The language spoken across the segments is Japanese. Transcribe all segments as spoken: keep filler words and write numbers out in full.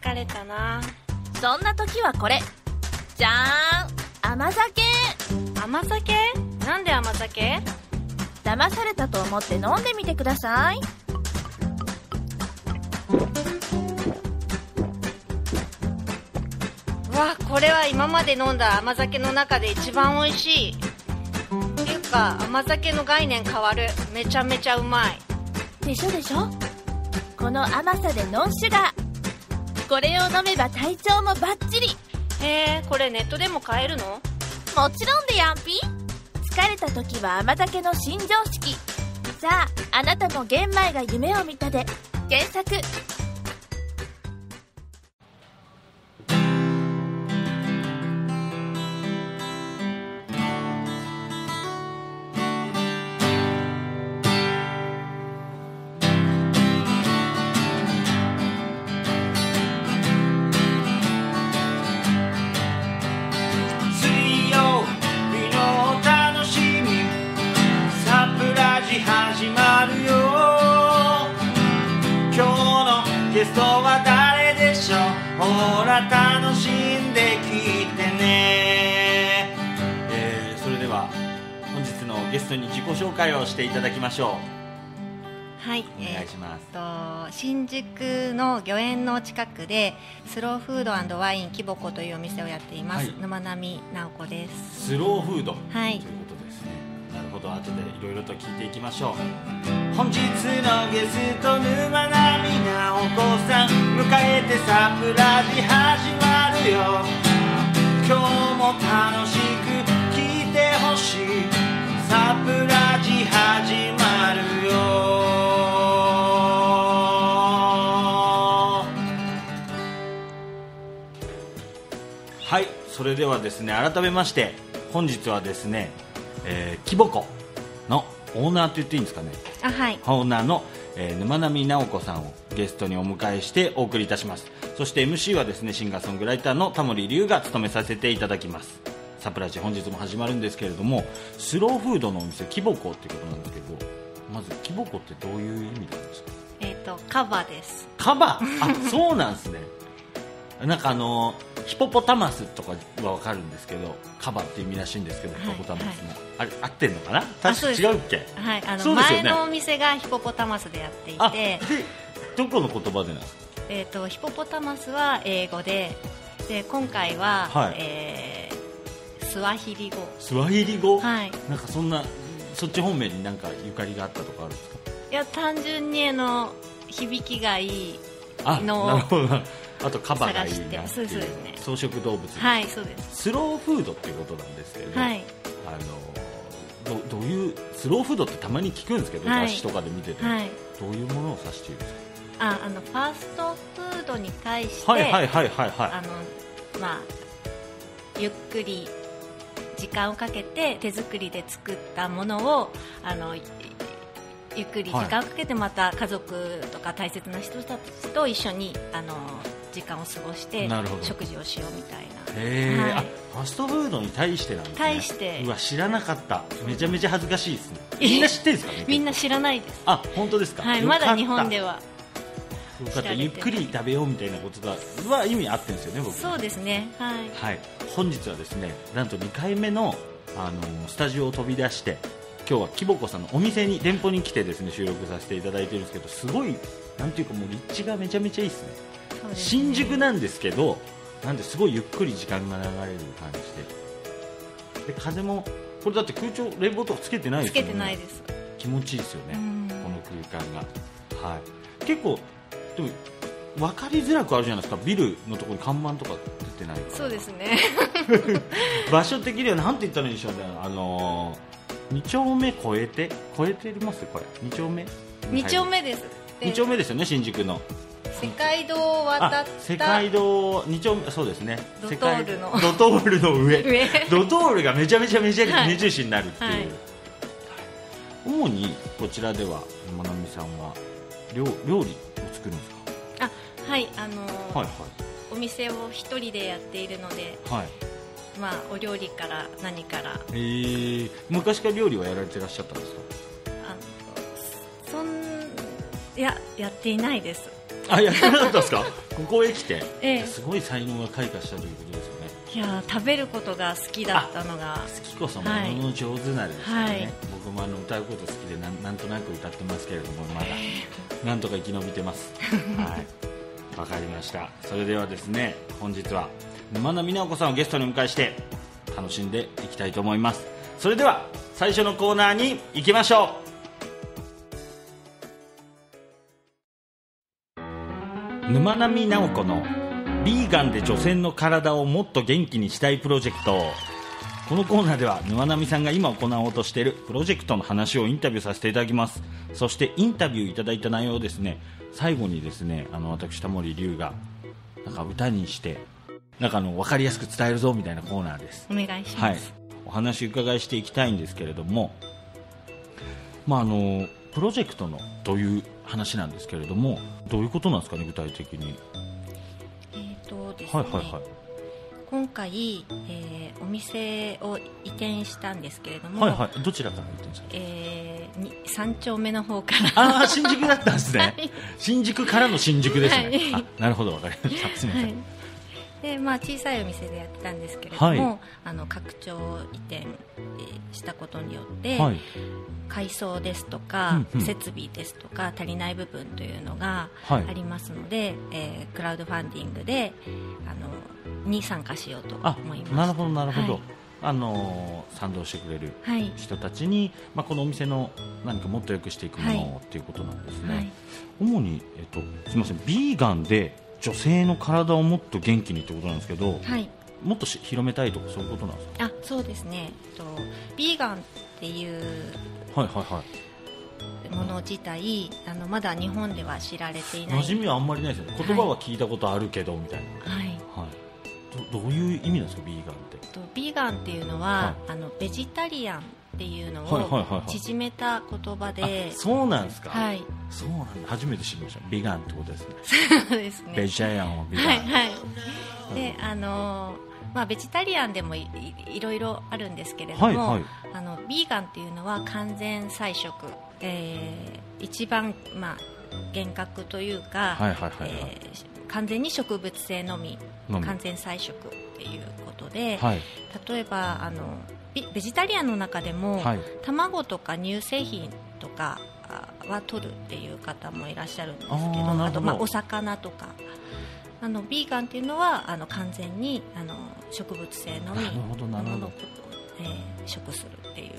疲れたな。 そんな時はこれじゃーん、甘酒。 甘酒？なんで甘酒？ 騙されたと思って飲んでみてください。 わ、これは今まで飲んだ甘酒の中で一番美味しい。っていうか甘酒の概念変わる。めちゃめちゃうまい。 でしょでしょ。この甘さでノンシュガー。これを飲めば体調もバッチリ。 へえ、これネットでも買えるの？ もちろんでやんぴ。疲れた時は甘酒の新常識。さあ、あなたも玄米が夢を見たで検索。 始まるよ。今日のゲストは誰でしょう。ほら楽しんできてね。えー、それでは本日のゲストに自己紹介をしていただきましょう。 はい、 お願いします。 えー、と新宿の御苑の近くでスローフード&ワインきぼこというお店をやっています、はい、沼波直子です。 スローフード、 はい、 ということですね。なるほど、後でいろいろと聞いていきましょう。本日のゲスト沼波直子さん迎えてサプラジ始まるよ。今日も楽しく聞いてほしい。サプラジ始まるよ。はい、それではですね、改めまして本日はですね、えー、きぼこのオーナーと言っていいんですかね。 あ、はい、 オーナーの、えー、沼波直子さんをゲストにお迎えしてお送りいたします。そして エムシー はですね、シンガーソングライターのタモリリュウが務めさせていただきます。サプラジ本日も始まるんですけれども、スローフードのお店きぼこっていうことなんですけど、まずきぼこってどういう意味なんですか？ えっ、ー、とカバです。 カバ？あ、そうなんですね。なんかあのヒポポタマスとかは分かるんですけど、カバって意味らしいんですけど、ヒポポタマスの、はい、あれ合ってんのかな。確か違うっけ？ はい、あの、ね、前のお店がヒポポタマスでやっていて、 でどこの言葉でなんですか？ えー、とヒポポタマスは英語で、で今回は、はい、えー、スワヒリ語。 スワヒリ語、 はい、 なんかそんなそっち方面になんかゆかりがあったとかあるんですか？ いや、単純にあの響きがいいのを、 あ、なるほど。あとカバがいいなっていう、 そうですね、 草食動物、 はい、そうです。 スローフードっていうことなんですけど、 はい、 あの ど, どういうスローフードってたまに聞くんですけど、はい、雑誌とかで見てて、はい、どういうものを指しているんですか？ ああのファーストフードに対して、 はいはいはいはいはい、 あのまあ、ゆっくり時間をかけて手作りで作ったものをあのゆっくり時間をかけてまた家族とか大切な人たちと一緒にあの時間を過ごして食事をしようみたいな。 へー、はい、あ、ファストフードに対してなんですね。 対して。 うわ、知らなかった。めちゃめちゃ恥ずかしいですね。みんな知ってるんですかね？ みんな知らないです。 あ、本当ですか？ はい、まだ日本ではよかった。ゆっくり食べようみたいなことは意味あってるんですよね、僕。 そうですね、はい、 はい、本日はですね、なんとにかいめの、あのスタジオを飛び出して今日はきぼこさんのお店に店舗に来てですね、収録させていただいてるんですけど、すごいなんていうかもう立地がめちゃめちゃいいですね。そうですね、新宿なんですけど、なんですごいゆっくり時間が流れる感じで、で風もこれだって空調冷房とかつけてないですよね。 つけてないです。 気持ちいいですよね、この空間が。はい、結構でも分かりづらくあるじゃないですか、ビルのところに看板とか出てないから。 そうですね場所的にはなんて言ったらいいんでしょうね、あのー、に丁目越えて越えてますこれに丁目に丁目です。 に丁目ですよね、新宿の世界堂を渡った世界堂に丁目、そうですね、 ドトールのドトールの上上ドトールがめちゃめちゃ目印になるっていう、はい、主にこちらではまなみさんは 料, 料理を作るんですか？ あ、はい、あのーはいはい、 お店を一人でやっているので、 はい、 まあ、お料理から何から、 えー、昔から料理はやられてらっしゃったんですか？ あのそんいややっていないです。 あ、やってなかったですかここへ来て、 ええ、 すごい才能が開花したということですよね。 いや食べることが好きだったのが、 好きこそものの上手なるですよね、はい、僕もあの歌うこと好きで な, なんとなく歌ってますけれども、まだなんとか生き延びてますはい、わかりました。それではですね、本日は沼名美奈子さんをゲストにお迎えして楽しんでいきたいと思います。それでは最初のコーナーに行きましょう。沼名美奈子のビーガンで女性の体をもっと元気にしたいプロジェクト。このコーナーでは沼波さんが今行おうとしているプロジェクトの話をインタビューさせていただきます。そしてインタビューいただいた内容をですね、最後にですね、あの私田森龍がなんか歌にしてなんかあの分かりやすく伝えるぞみたいなコーナーです。 お願いします。 はい、お話伺いしていきたいんですけれども、まあ、あのプロジェクトのという話なんですけれども、どういうことなんですかね、具体的に。 えーとですね、はいはいはい、今回、えー、お店を移転したんですけれども、はいはい、 どちらから移転したんですか。 えー、さん丁目の方から。 ああ、新宿だったんですね、はい、新宿からの新宿ですね、はい、あ、なるほど、わかりました、すみません、はい。 でまあ、小さいお店でやってたんですけれども、はい、あの拡張移転したことによって、はい、改装ですとか、うんうん、設備ですとか足りない部分というのがありますので、はい、えー、クラウドファンディングであのに参加しようと思います。 なるほどなるほど、はい、あの賛同してくれる人たちに、はい、まあ、このお店の何かもっと良くしていくものをっていうことなんですね、はい、主に、えっと、すみません、ビーガンで女性の体をもっと元気にってことなんですけど、はい、もっと広めたいとかそういうことなんですか。 あ、そうですね、とビーガンっていうはいはいはいもの自体、あのまだ日本では知られていない。 馴染みはあんまりないですよね。言葉は聞いたことあるけど、はい、みたいな、はいはい、ど, どういう意味なんですか、ビーガンって。 とビーガンっていうのは、はい、あのベジタリアンっていうのを縮めた言葉で、はいはいはいはい、 そうなんですか、 はい、 そうなんだ、初めて知りました。ビーガンってことですね。 そうですね、 ベジタリアンはビーガン、 はいはい、であのまあ、ベジタリアンでも い, い, いろいろあるんですけれども、はいはい、あのビーガンっていうのは完全菜食、えー、一番、まあ、厳格というか、はいはいはいはい、えー、完全に植物性のみ、のみ完全菜食っていうことで、はい、例えばあのベジタリアンの中でも、はい、卵とか乳製品とかは取るっていう方もいらっしゃるんですけど、 あ, あと、まあ、お魚とか、あのビーガンっていうのはあの完全にあの植物性のみのものを、えー、食するっていう。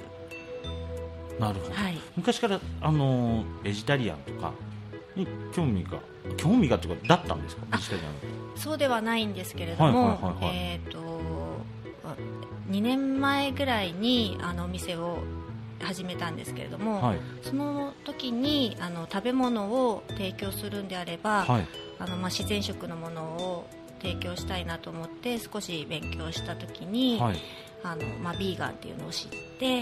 なるほど、はい、昔からあのベジタリアンとかに興味が興味がというかだったんですか。ベジタリアン。 そうではないんですけれども、はいはいはいはい、えーとにねんまえぐらいにあのお店を始めたんですけれども、はい、その時にあの食べ物を提供するんであれば、はい、あのまあ、自然食のものを提供したいなと思って少し勉強した時に、はい、あのまあ、ビーガンっていうのを知って、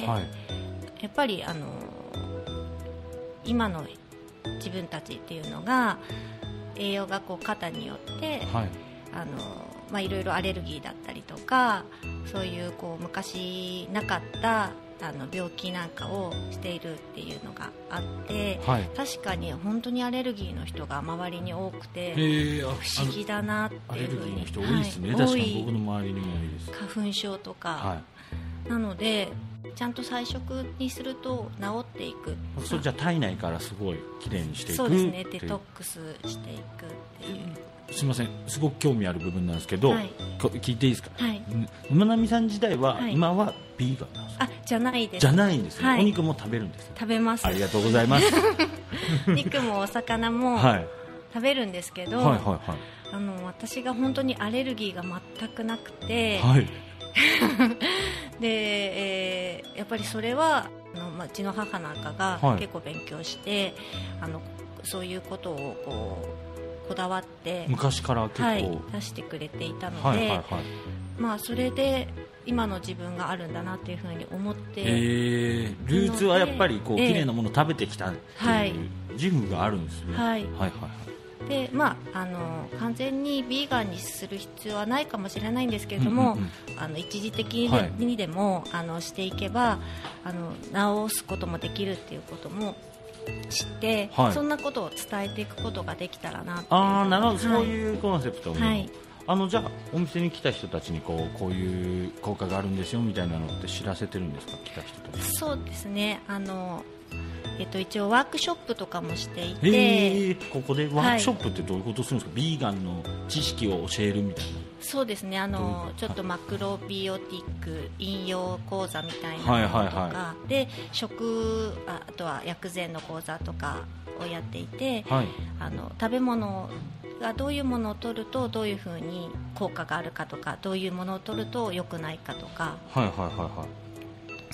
はい、やっぱりあの今の自分たちっていうのが栄養がこう過多によって、はい、あのまあ、いろいろアレルギーだったりとか、そういう、こう昔なかったあの病気なんかをしているっていうのがあって、はい、確かに本当にアレルギーの人が周りに多くて不思議だなっていうふうに。アレルギーの人多いですね、はい、確かに僕の周りにも多いです。花粉症とか、はい、なのでちゃんと菜食にすると治っていく。 それじゃあ体内からすごいきれいにしていく。 そうですね、デトックスしていくっていう。 すみません、すごく興味ある部分なんですけど、はい、聞いていいですか。はい、沼波さん自体は、はい、今はビーガンなんですか。 あ、じゃないです。 じゃないんですね、はい、お肉も食べるんです、ね、 食べます。 ありがとうございます肉もお魚も食べるんですけど、はいはいはい、あの私が本当にアレルギーが全くなくて、はい、で、えー、やっぱりそれはあの、まあ、うちの母なんかが結構勉強して、はい、あのそういうことをこうこだわって昔から結構、はい、 出してくれていたので、はいはいはい、まあ、それで今の自分があるんだなというふうに思って、 えー、ルーツはやっぱりこう、えー、綺麗なものを食べてきたっていう自負があるんですね、はいはいはいはい、 で、まあ、あの完全にビーガンにする必要はないかもしれないんですけれども、うんうんうん、あの一時的にで、はい、にでもあのしていけばあの治すこともできるっていうことも知って、 はい、 そんなことを伝えていくことができたらなっていう。 あー、なるほど、 はい、 そういうコンセプトを、 はい、 あのじゃあお店に来た人たちにこうこういう効果があるんですよみたいなのって知らせてるんですか、来た人たち。 そうですね、あの、えっと、一応ワークショップとかもしていて、 えー、ここでワークショップってどういうことするんですか、はい、ビーガンの知識を教えるみたいな。 そうですね、あのちょっとマクロビオティック引用講座みたいなのとか、はいはいはい、で食 あ, あとは薬膳の講座とかをやっていて、はい、あの食べ物がどういうものを取るとどういうふうに効果があるかとか、どういうものを取ると良くないかとか、 はいはいはいはい、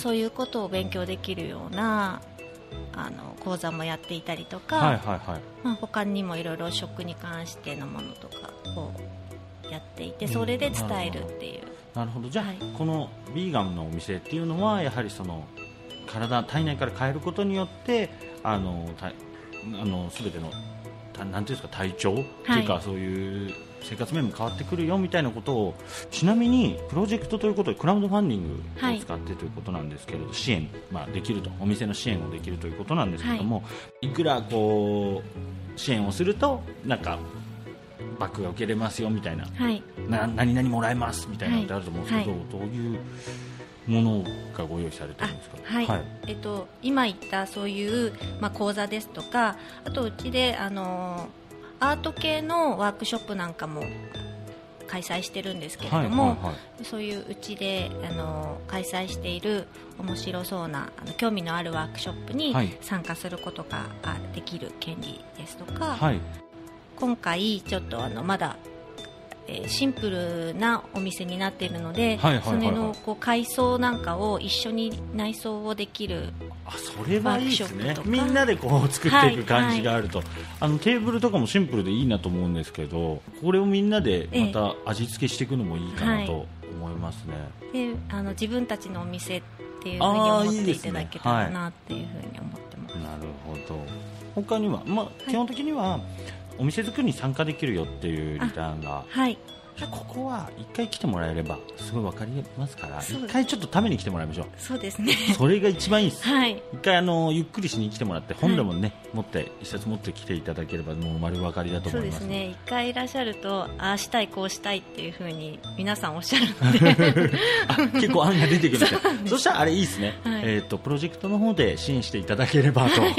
そういうことを勉強できるようなあの講座もやっていたりとか、 はいはいはい、 まあ、他にもいろいろ食に関してのものとかをやっていて、それで伝えるっていう。 なるほど、じゃあ、はい、このビーガンのお店っていうのはやはりその体体内から変えることによってあのたあの全てのたなんていうんですか、体調、はい、っていうかそういう生活面も変わってくるよみたいなことを、ちなみにプロジェクトということでクラウドファンディングを使ってということなんですけれど、はい、支援、まあ、できると、お店の支援をできるということなんですけども、はい、いくらこう支援をするとなんかバックが受けれますよみたいな、はい、な何々もらえますみたいなのってあると思うんですけど、はい、どういうものがご用意されてるんですか。 はい、はい、えっと、今言ったそういう、まあ、講座ですとか、あとうちであのアート系のワークショップなんかも開催してるんですけれども、はいはいはい、そういううちであの開催している面白そうなあの興味のあるワークショップに参加することができる権利ですとか、はい、今回ちょっとあのまだ、えー、シンプルなお店になっているので、はいはいはいはい、それのこう改装なんかを一緒に内装をできるあ、それはいいですね。みんなでこう作っていく感じがあると、はいはい、あのテーブルとかもシンプルでいいなと思うんですけど、これをみんなでまた味付けしていくのもいいかなと思いますね。 はい、であの自分たちのお店っていうふうに思っていただけたらなっていうふうに思ってます。 なるほど。他には、まあ、基本的には、はい、お店作りに参加できるよっていうリターンが、はい、ここは一回来てもらえればすごい分かりますから、一回ちょっと食べに来てもらいましょう。 そうですね、 それが一番いいです、 はい、 一回あのゆっくりしに来てもらって、本でもね、はい、持って一冊持ってきていただければもう丸分かりだと思います。 そうですね、一回いらっしゃるとああしたいこうしたいっていう風に皆さんおっしゃるのであ、結構案が出てくるんですよ。そしたらあれいいですね、はい、えーと、プロジェクトの方で支援していただければと、はい、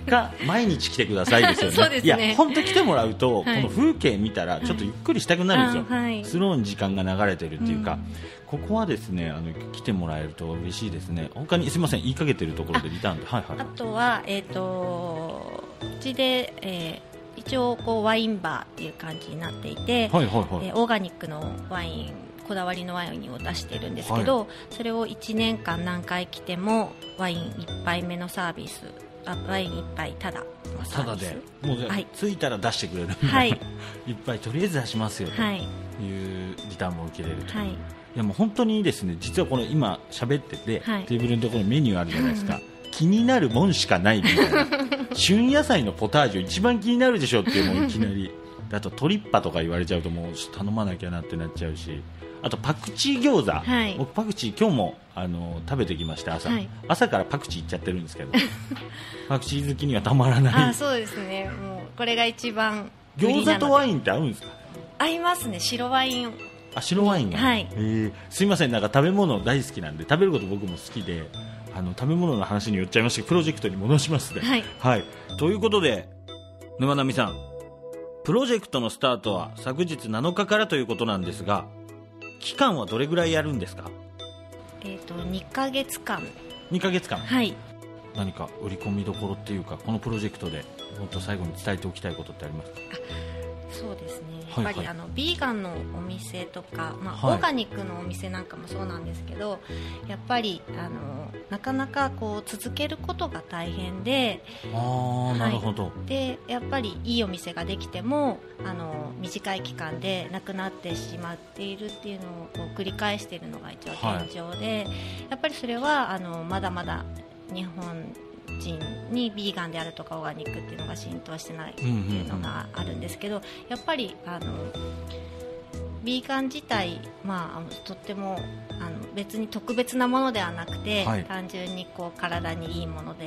が毎日来てくださいですよね。 そうですね、 いや本当来てもらうと、はい、この風景見たらちょっとゆっくりしたくなるんですよ、はい、スローに時間が流れてるっていうか、うん、ここはですね、あの来てもらえると嬉しいですね。他にすみません、言いかけてるところでリターンで、はいはい、 あとは、えーと、うちで、えー、一応こうワインバーっていう感じになっていて、はいはいはい、えー、オーガニックのワイン、こだわりのワインを出してるんですけど、はい、それをいちねんかん何回来てもワインいっぱいめのサービス、あワインいっぱいただのサービス、 ただでもう、はい、着いたら出してくれる、 はい、 いっぱいとりあえず出しますよというリターンも受けれると、はい、いやもう本当にですね、実はこの今喋ってて、はい、テーブルのところにメニューあるじゃないですか、気になるもんしかないみたいな旬野菜のポタージュ一番気になるでしょっていう、もういきなりあとトリッパとか言われちゃうともう頼まなきゃなってなっちゃうし、あとパクチー餃子、はい、僕パクチー今日もあの食べてきまして、朝、はい、朝からパクチーいっちゃってるんですけどパクチー好きにはたまらない。 あ、そうですね、もうこれが一番餃子とワインって合うんですか。 合いますね、白ワイン。 あ、白ワインが、 はい、 えー、すいません、なんか食べ物大好きなんで、食べること僕も好きで、あの食べ物の話に寄っちゃいましたけど、プロジェクトに戻しますね。はい、はい、ということで沼波さん、プロジェクトのスタートは昨日なのかからということなんですが、期間はどれぐらいやるんですか。 えーと、にかげつかん。 にかげつかん、 はい、 何か売り込みどころっていうか、このプロジェクトでもっと最後に伝えておきたいことってありますか。 あ、そうですね、やっぱり、はいはい、あのビーガンのお店とか、まあ、 はい、 オーガニックのお店なんかもそうなんですけど、やっぱりあのなかなかこう続けることが大変で、 あー、なるほど、 でやっぱりいいお店ができてもあの短い期間でなくなってしまっているっていうのをこう繰り返しているのが一応現状で、はい、やっぱりそれはあのまだまだ日本人にビーガンであるとかオーガニックっていうのが浸透してないっていうのがあるんですけど、やっぱりあのビーガン自体、まあ、とってもあの別に特別なものではなくて、はい、単純にこう体にいいもので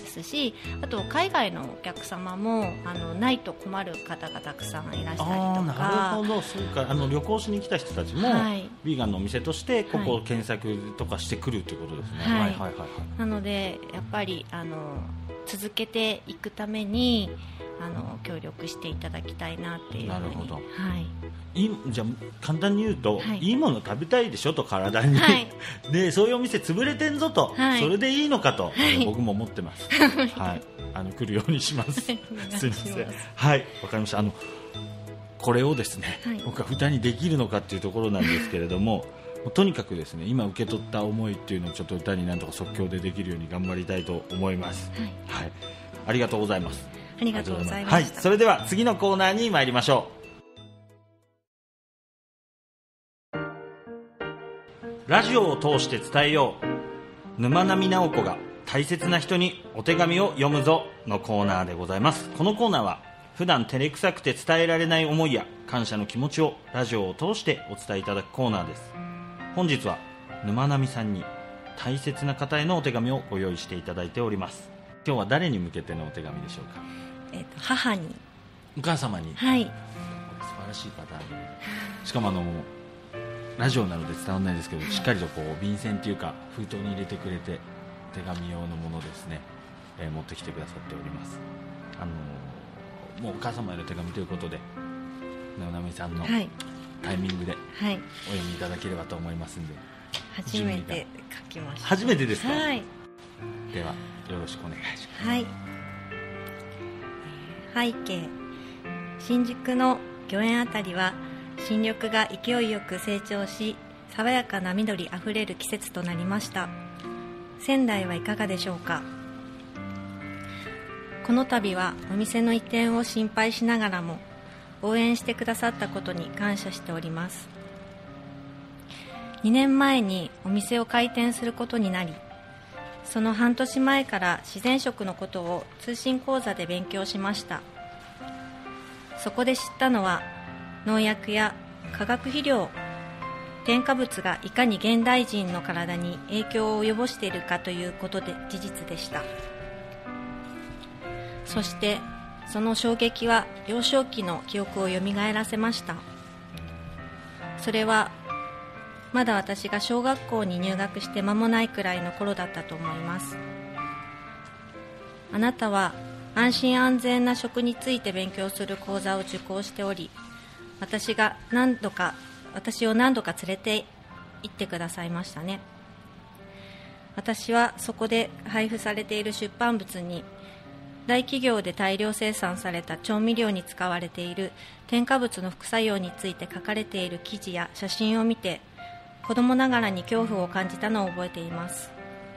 ですし、あと海外のお客様もあのないと困る方がたくさんいらしたりとか。 あ、なるほど、そうか。あの旅行しに来た人たちも、はい、ビーガンのお店としてここを検索とかしてくるということですね。はいはいはいはい。 なのでやっぱりあの続けていくためにあの協力していただきたいなっていうふうに。なるほど。はい。 いい、じゃあ簡単に言うと、はい、いいもの食べたいでしょと体に、はい、でそういうお店潰れてんぞと、はい、それでいいのかと、はい、僕も思ってます。はい。あの来るようにします。すいません。はい、わかりました。あのこれをですね、はい、僕は負担にできるのかっていうところなんですけれども。とにかくですね、今受け取った思いっていうのをちょっと歌になんとか即興でできるように頑張りたいと思います。はい。はい、ありがとうございます。 ありがとうございました。はい。 それでは次のコーナーに参りましょう。ラジオを通して伝えよう。沼波直子が大切な人にお手紙を読むぞのコーナーでございます。このコーナーは普段照れくさくて伝えられない思いや感謝の気持ちをラジオを通してお伝えいただくコーナーです。本日は沼波さんに大切な方へのお手紙をご用意していただいております。今日は誰に向けてのお手紙でしょうか。 えー、と母に、 お母様に。 はい。 素晴らしいパターンで、しかもあのラジオなので伝わらないですけど、しっかりとこう便箋というか封筒に入れてくれて手紙用のものですね、えー、持ってきてくださっております。あのー、もうお母様への手紙ということで沼波さんの、はい、タイミングでお読みいただければと思いますので、 初めて書きました。 初めてですか。 はい、 ではよろしくお願いします。 はい。背景、新宿の御苑あたりは新緑が勢いよく成長し、爽やかな緑あふれる季節となりました。仙台はいかがでしょうか。この度はお店の移転を心配しながらも応援してくださったことに感謝しております。にねんまえにお店を開店することになり、その半年前から自然食のことを通信講座で勉強しました。そこで知ったのは、農薬や化学肥料、添加物がいかに現代人の体に影響を及ぼしているかということで事実でした。そしてその衝撃は幼少期の記憶をよみがえらせました。それはまだ私が小学校に入学して間もないくらいの頃だったと思います。あなたは安心安全な食について勉強する講座を受講しており、私が何度か私を何度か連れて行ってくださいましたね。私はそこで配布されている出版物に、大企業で大量生産された調味料に使われている添加物の副作用について書かれている記事や写真を見て、子供ながらに恐怖を感じたのを覚えています。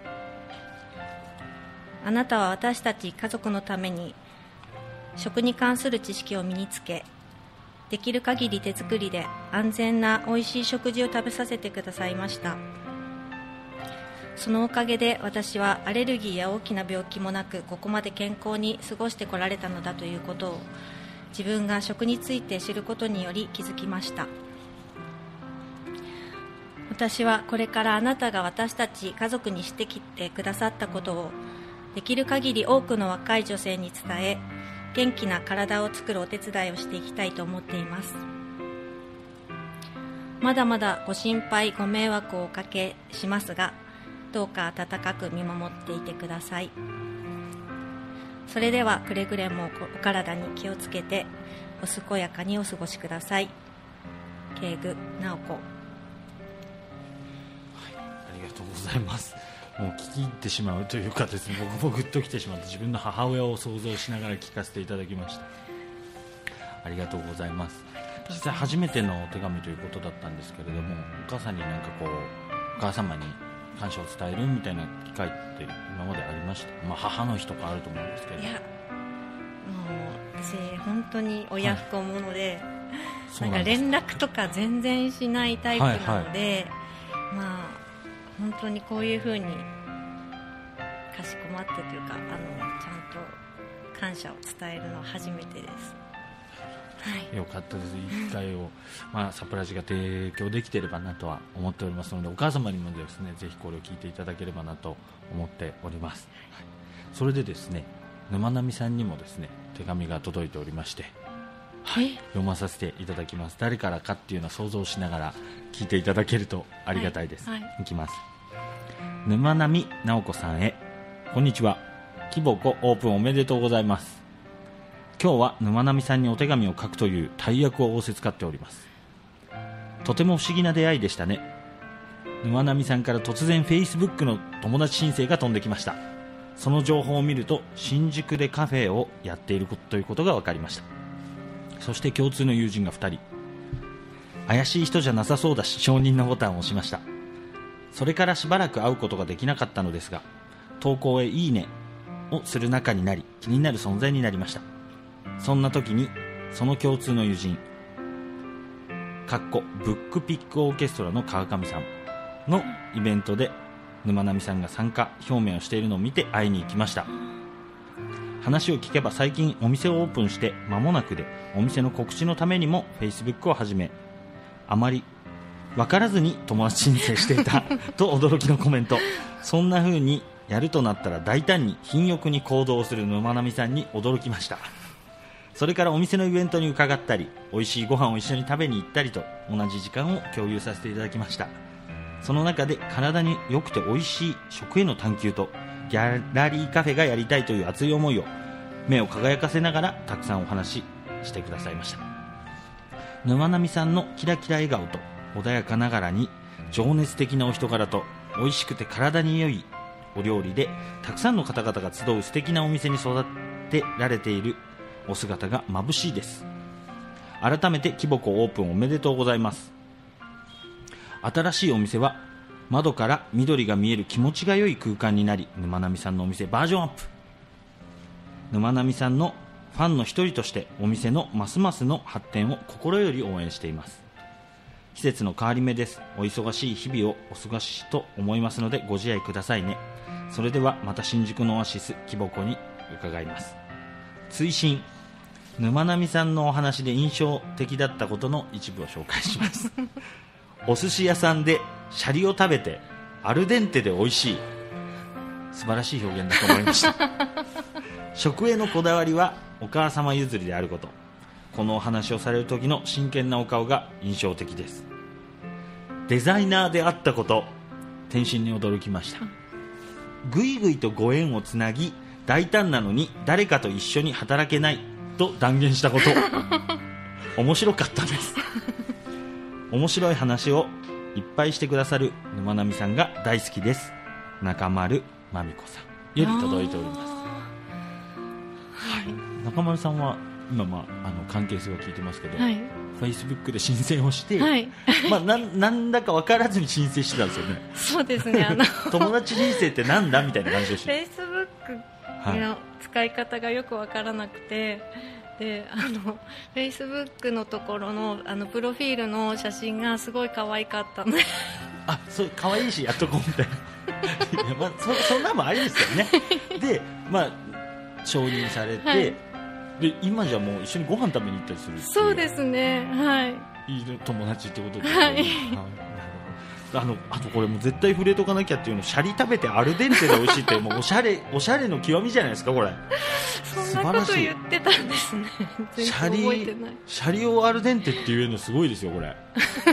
あなたは私たち家族のために食に関する知識を身につけ、できる限り手作りで安全なおいしい食事を食べさせてくださいました。そのおかげで私はアレルギーや大きな病気もなく、ここまで健康に過ごしてこられたのだということを、自分が食について知ることにより気づきました。私はこれからあなたが私たち家族にしてきてくださったことを、できる限り多くの若い女性に伝え、元気な体を作るお手伝いをしていきたいと思っています。まだまだご心配ご迷惑をおかけしますが、どうか温かく見守っていてください。それではくれぐれもお体に気をつけてお健やかにお過ごしください。敬具直子。はい、 ありがとうございます。もう聞き入ってしまうというかですね、僕もグッときてしまって、自分の母親を想像しながら聞かせていただきました。ありがとうございます。実際初めてのお手紙ということだったんですけれども、お母さんになんかこうお母様に感謝を伝えるみたいな機会って今までありました？まあ、母の日とかあると思うんですけど。 いや、もう私本当に親不孝者で、はい、なんか連絡とか全然しないタイプなので、はいはい、まあ本当にこういう風にかしこまってというか、あのちゃんと感謝を伝えるのは初めてです。はい、よかったです。いっかいを、まあ、サプライズが提供できていればなとは思っておりますので、お母様にもですね、ぜひこれを聞いていただければなと思っております。はい、 それでですね、沼波さんにもですね手紙が届いておりまして、はい、読まさせていただきます。誰からかっていうのは想像しながら聞いていただけるとありがたいです。はいはい、いきます。沼波直子さんへ、こんにちは。キボコオープンおめでとうございます。今日は沼波さんにお手紙を書くという大役を仰せつかっております。とても不思議な出会いでしたね。沼波さんから突然 Facebook の友達申請が飛んできました。その情報を見ると新宿でカフェをやっているということが分かりました。そして共通の友人がふたり。怪しい人じゃなさそうだし承認のボタンを押しました。それからしばらく会うことができなかったのですが、投稿へいいねをする仲になり気になる存在になりました。そんな時にその共通の友人かっこブックピックオーケストラの川上さんのイベントで沼波さんが参加表明をしているのを見て会いに行きました。話を聞けば最近お店をオープンして間もなくで、お店の告知のためにも Facebook を始め、あまり分からずに友達申請していたと驚きのコメント。そんな風にやるとなったら大胆に貧欲に行動する沼波さんに驚きました。それからお店のイベントに伺ったり、美味しいご飯を一緒に食べに行ったりと同じ時間を共有させていただきました。その中で体に良くて美味しい食への探求とギャラリーカフェがやりたいという熱い思いを目を輝かせながらたくさんお話ししてくださいました。沼波さんのキラキラ笑顔と穏やかながらに情熱的なお人柄と美味しくて体に良いお料理でたくさんの方々が集う素敵なお店に育てられているお姿が眩しいです。改めてキボコオープンおめでとうございます。新しいお店は窓から緑が見える気持ちが良い空間になり、沼波さんのお店バージョンアップ。沼波さんのファンの一人としてお店のますますの発展を心より応援しています。季節の変わり目です。お忙しい日々をお過ごしと思いますのでご自愛くださいね。それではまた新宿のオアシスキボコに伺います。追伸、沼波さんのお話で印象的だったことの一部を紹介しますお寿司屋さんでシャリを食べてアルデンテで美味しい、素晴らしい表現だと思いました食へのこだわりはお母様譲りであること、このお話をされる時の真剣なお顔が印象的です。デザイナーであったこと、天真に驚きました。ぐいぐいとご縁をつなぎ、大胆なのに誰かと一緒に働けないと断言したこと面白かったです面白い話をいっぱいしてくださる沼波さんが大好きです。中丸まみこさんより届いております。はい、中丸さんは今、まあ、あの関係性は聞いてますけど、はい、Facebook で申請をして、はい、まあ、な, なんだか分からずに申請してたんですよね。 そうですね、あの友達申請ってなんだみたいな感じでした。 Facebook の使い方がよく分からなくて、であの Facebook のところ の, あのプロフィールの写真がすごい可愛かったのであ、そう、可愛いしやっとこうみたいないや、まあ、そ, そんなもんありですよねで、まあ、承認されて、はい、で今じゃもう一緒にご飯食べに行ったりする。 そうですね、はい、 いい友達ってことですね、はい、あのあとこれも絶対触れとかなきゃっていうの、シャリ食べてアルデンテで美味しいってもうおしゃれおしゃれの極みじゃないですかこれ。 そんなこと言ってたんですね。全然覚えてない。 シャリをアルデンテっていうのすごいですよこれ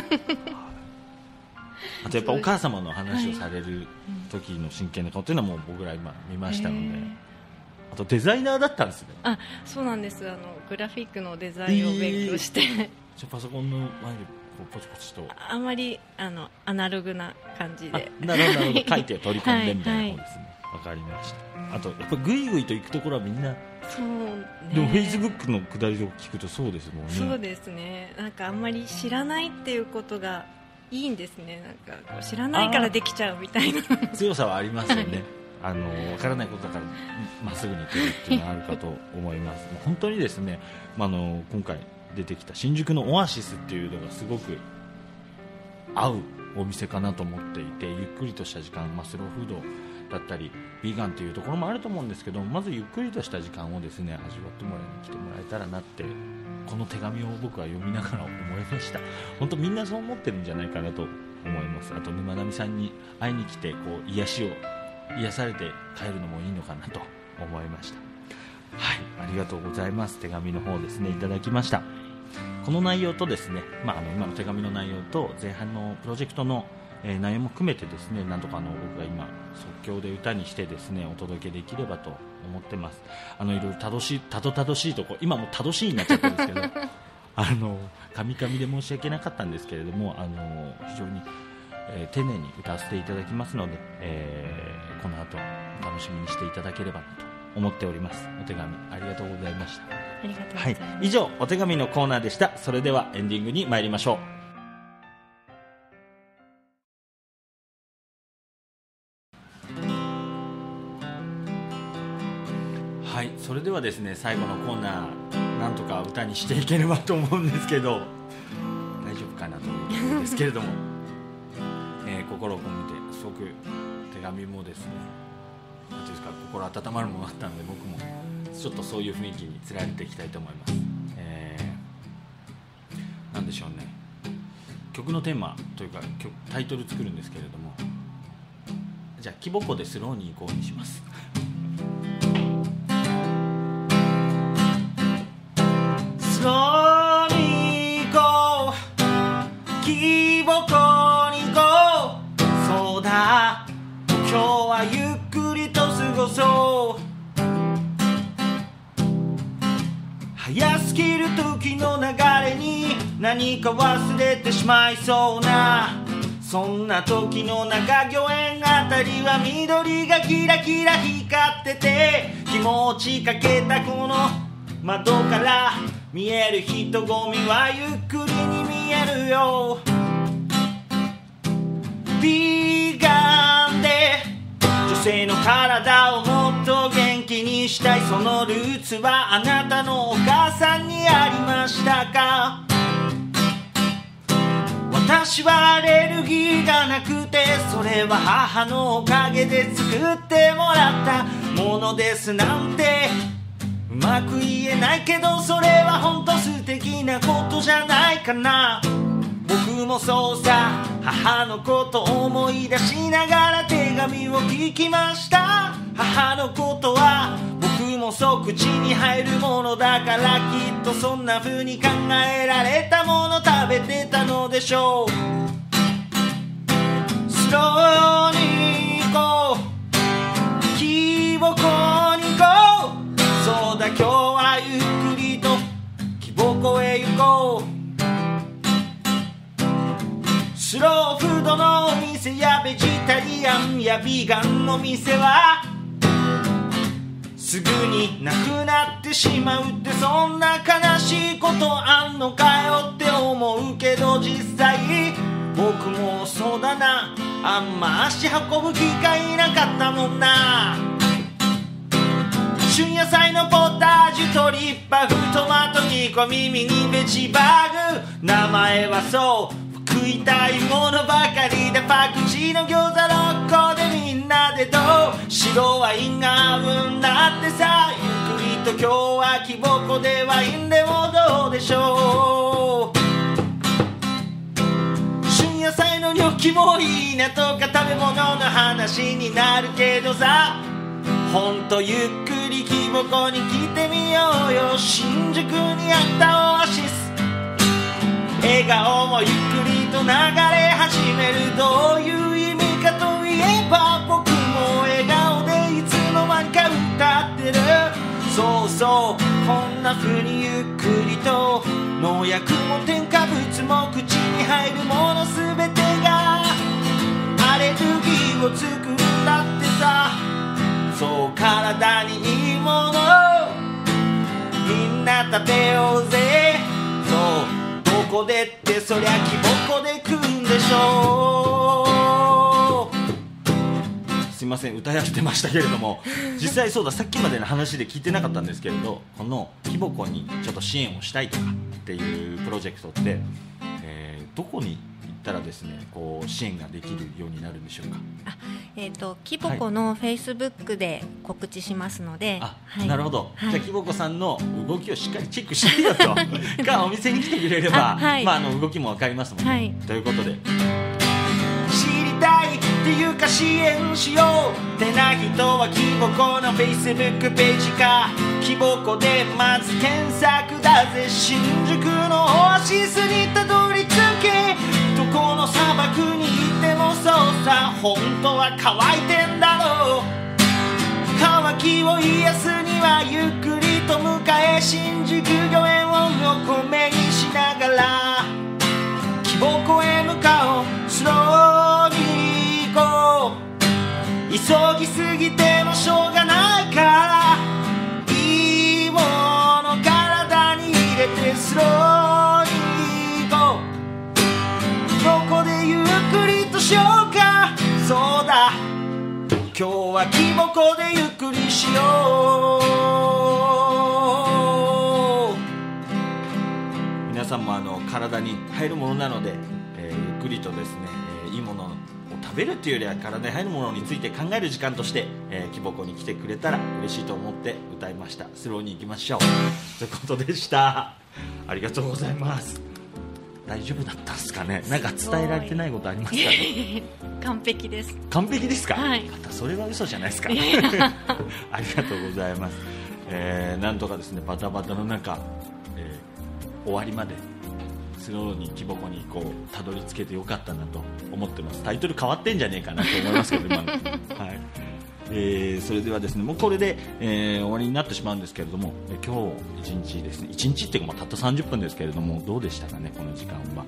あとやっぱお母様の話をされる時の真剣な顔っていうのはもう僕ら今見ましたので、あとデザイナーだったんですね。 あ、そうなんです。あのグラフィックのデザインを勉強して、えー、 じゃパソコンの前でポチポチとあ, あまりあのアナログな感じで、 なるほどなるほど書いて取り込んでみたいな方ですね。わ、はい、かりました。あとやっぱグイグイと行くところはみんなそう、ね、 でもフェイスブックのくだりを聞くとそうですもんね。 そうですね、なんかあんまり知らないっていうことがいいんですね。なんかこう知らないからできちゃうみたいな強さはありますよね、はい、あの分からないことだからまっすぐにいけるっていうのがあるかと思います本当にですね、まあ、あの今回出てきた新宿のオアシスっていうのがすごく合うお店かなと思っていて、ゆっくりとした時間、まあ、スローフードだったりビーガンというところもあると思うんですけど、まずゆっくりとした時間をですね味わってもらいに来てもらえたらなって、この手紙を僕は読みながら思いました。本当みんなそう思ってるんじゃないかなと思います。あと沼波さんに会いに来てこう癒しを癒されて帰るのもいいのかなと思いました。はい、ありがとうございます。手紙の方ですねいただきました。この内容とですね、まあ、あの今の手紙の内容と前半のプロジェクトの、えー、内容も含めてですね、なんとかあの僕が今即興で歌にしてですねお届けできればと思ってます。あのいろいろたどしいたどたどしいとこ今もたどしいになっちゃったんですけどあのカミカミで申し訳なかったんですけれども、あの非常に、えー、丁寧に歌わせていただきますので、えー、この後楽しみにしていただければなと思っております。お手紙ありがとうございました。 ありがとうございます。 はい、以上お手紙のコーナーでした。それではエンディングに参りましょう。はい、それではですね最後のコーナーなんとか歌にしていければと思うんですけど大丈夫かなと思うんですけれども、えー、心を込めてすごく手紙もですねなんていうんですか心温まるものだったので僕もちょっとそういう雰囲気につられていきたいと思います。えー、なんでしょうね、曲のテーマというか曲タイトル作るんですけれども、じゃあキボコでスローに行こうにします。スローに行こうキボコに行こう、そうだ今日はゆっくりと過ごそう。早すぎる時の流れに何か忘れてしまいそうな、そんな時の中御苑あたりは緑がキラキラ光ってて、気持ちかけたこの窓から見える人混みはゆっくりに見えるよ。ビーガンで女性の体をもっと元気にしたい、そのルーツはあなたのお母さんにありましたか。私はアレルギーがなくて、それは母のおかげで作ってもらったものですなんてうまく言えないけど、それは本当素敵なことじゃないかな。僕もそうさ、母のこと思い出しながら手紙を聞きました。母のことは僕もそう口に入るものだから、きっとそんな風に考えられたもの食べてたのでしょう。スローに行こうキボコに行こう、そうだ今日はゆっくりとキボコへ行こう。スローフードのお店やベジタリアンやビーガンの店はすぐになくなってしまうって、そんな悲しいことあんのかよって思うけど、実際僕もそうだな、あんま足運ぶ機会なかったもんな。旬野菜のポタージュ、鶏パフ、トマト煮込み、ミニベジバーグ、名前はそう食いたいものばかりで、パクチーの餃子ろっこでみんなでどう、白ワインが合うんだってさ、ゆっくりと今日はキボコでワインでもどうでしょう。旬野菜のニョッキもいいなとか食べ物の話になるけどさ、ほんとゆっくりキボコに来てみようよ。新宿にあったオアシス、笑顔もゆっくりと流れ始める。どういう意味かといえば、僕も笑顔でいつの間にか歌ってる。そうそう、こんな風にゆっくりと、農薬も添加物も口に入るものすべてがアレルギーを作るんだってさ。そう体にいいものみんな食べようぜ。そうどこでってそりゃキボコで食うんでしょう。すいません歌い合ってましたけれども実際そうださっきまでの話で聞いてなかったんですけれど、このキボコにちょっと支援をしたいとかっていうプロジェクトって、えー、どこに行ったらですねこう支援ができるようになるんでしょうか。 あ、えーと、キボコのフェイスブックで告知しますので、 あ、 はい、 なるほど、 はい、 じゃあキボコさんの動きをしっかりチェックしてよとがお店に来てくれればあ、はい、まあ、あの動きも分かりますもんね、はい、ということで知りたいっっていうか支援しようってな人はキボコの Facebook ページかキボコでまず検索だぜ。新宿のオアシスにたどり着け、どこの砂漠にいてもそうさ、本当は乾いてんだろう。乾きを癒すにはゆっくりと迎え、新宿御苑を横目にしながらキボコへ向かおう。スローに行こう、急ぎすぎてもしょうがないから、いいもの体に入れてスローに行こう。どこでゆっくりとしようか。そうだ、今日はキボコでゆっくりしよう。皆さんもあの体に入るものなので、えー、ゆっくりとですね、えー、いいものを食べるというよりは体に入るものについて考える時間として、えー、キボコに来てくれたら嬉しいと思って歌いました。スローに行きましょうということでした。ありがとうございます。大丈夫だったんですかね。なんか伝えられてないことありますかね。 完璧です。 完璧ですか、 はい、 またそれは嘘じゃないですか。ありがとうございます。えー、なんとかですねバタバタの中、えー、終わりまでスローにキボコにこうたどり着けてよかったなと思ってます。タイトル変わってんじゃねえかなと思いますけど今の、はい。えー、それではですねもうこれで、えー、終わりになってしまうんですけれども、えー、今日一日ですね一日っていうか、まあ、たったさんじゅっぷんですけれどもどうでしたかねこの時間は。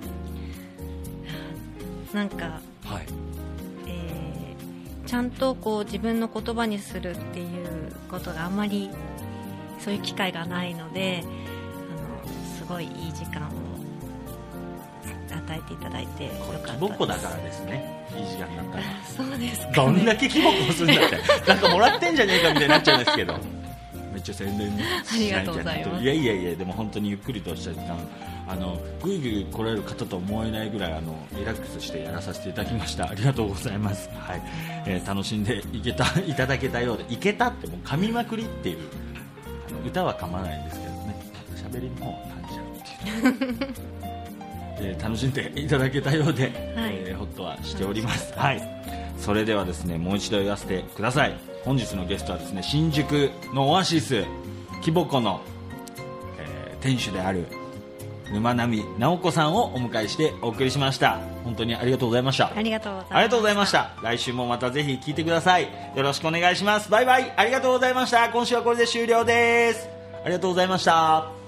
なんか、 はい、 えー、ちゃんとこう自分の言葉にするっていうことがあまりそういう機会がないので、あのすごいいい時間を与えていただいてよかったです。 キボコだからですね、いい時間だったら。 そうですか、ね、 どんだけキボコをするんだってなんかもらってんじゃねえかみたいになっちゃうんですけどめっちゃ宣伝しないんじゃないと。いやいやいや、でも本当にゆっくりとした時間、あのぐいぐい来られる方と思えないぐらいあのリラックスしてやらさせていただきました。ありがとうございます、はい。えー、楽しんでいけたいただけたようで、いけたってもう噛みまくりっていう、あの歌は噛まないんですけどね、喋りの方は噛んじゃうっていうえー、楽しんでいただけたようで、はい、えー、ほっとはしております、はい。それではですねもう一度言わせてください。本日のゲストはですね新宿のオアシスキボコの、えー、店主である沼波直子さんをお迎えしてお送りしました。本当にありがとうございました。 ありがとうございました。 ありがとうございました。来週もまたぜひ聞いてください。よろしくお願いします。バイバイ。ありがとうございました。今週はこれで終了です。ありがとうございました。